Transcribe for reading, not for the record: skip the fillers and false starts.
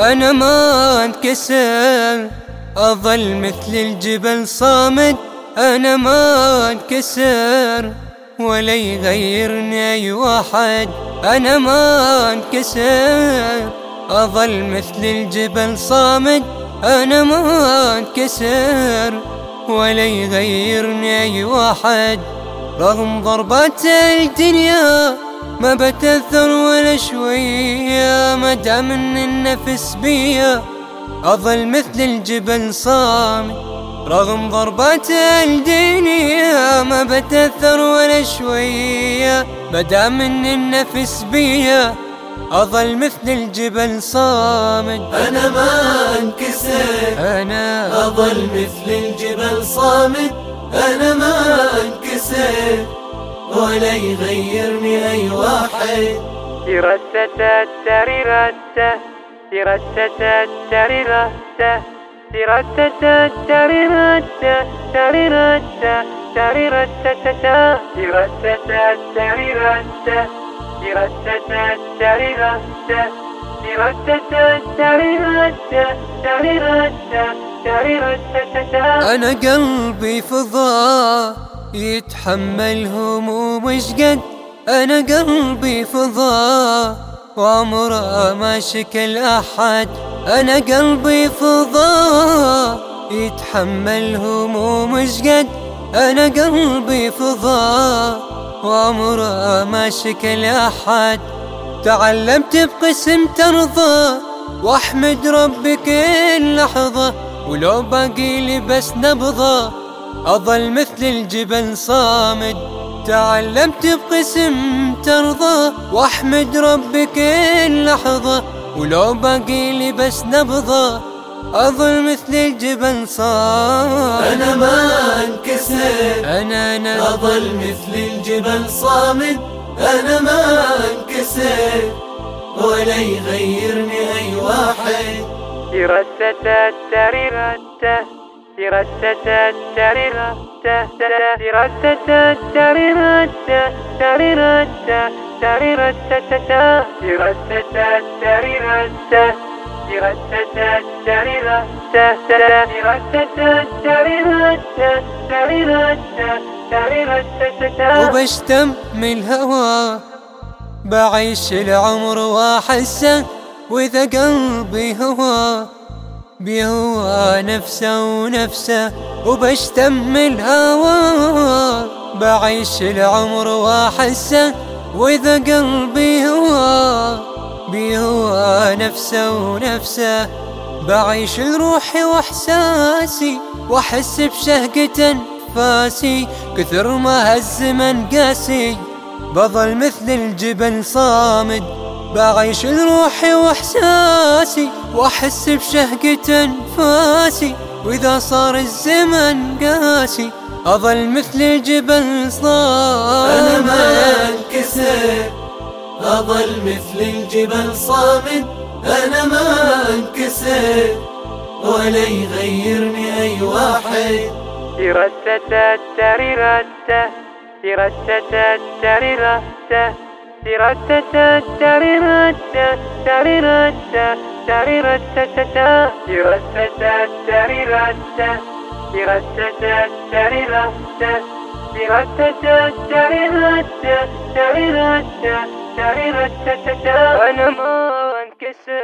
أنا ما انكسر، أظل مثل الجبل صامد. أنا ما انكسر ولا يغيرني أي واحد. أنا ما انكسر، أظل مثل الجبل صامد. أنا ما انكسر ولا يغيرني أي واحد. رغم ضربات الدنيا ما بتأثر ولا شوية، ما دام ان النفس بيا أظل مثل الجبل صامد. رغم ضربات الدنيا ما بتأثر ولا شوية، ما دام ان النفس بيا أظل مثل الجبل صامد. أنا ما انكسر، أنا أظل مثل الجبل صامد. أنا ما انكسر ولا يغيرني أي واحد. تيرتتا تريرتا تيرتتا تريرتا تيرتتا تريرتا تريرتا تريرتا تيرتتا تريرتا تيرتتا تريرتا تيرتتا تريرتا تريرتا تريرتا. أنا قلبي فضاء يتحمل هموم وشقد. أنا قلبي فضاء وعمره ما شكل أحد. أنا قلبي فضاء يتحمل هموم وشقد. أنا قلبي فضاء وعمره ما شكل أحد. تعلمت بقسم ترضى واحمد ربي كل لحظة، ولو باقي لي بس نبضة أظل مثل الجبل صامد. تعلمت بقسم ترضى واحمد ربي كل لحظة، ولو باقي لي بس نبضة أظل مثل الجبل صامد. أنا ما انكسر، أنا أظل مثل الجبل صامد. أنا ما انكسر ولا يغيرني أي واحد. تيرتتا تريرتا تيرتتا تريرتا تيرتتا تريرتا تريرتا تريرتا تيرتتا تريرتا تيرتتا تريرتا تيرتتا تريرتا تريرتا تريرتا. وبشتم من الهوى بعيش العمر واحسه، وإذا قلبي هوى بيهوى نفسه ونفسه. وبشتم الهوى بعيش العمر واحسه، وإذا قلبي هوى بيهوى نفسه ونفسه. بعيش لروحي واحساسي واحس بشهقة انفاسي، كثر ما هالزمن قاسي بظل مثل الجبل صامد. بعيش لروحي واحساسي واحس بشهقة انفاسي، واذا صار الزمن قاسي اظل مثل الجبل صامد. أنا ما انكسر، أظل مثل الجبل صامد. أنا ما انكسر ولا يغيرني أي واحد. تيرتتا تريرتا تيرتتا تريرتا تيرتتا تريرتا تريرتا تريرتا تيرتتا تريرتا تيرتتا تريرتا تيرتتا تريرتا تريرتا تريرتا. أنا ما انكسر.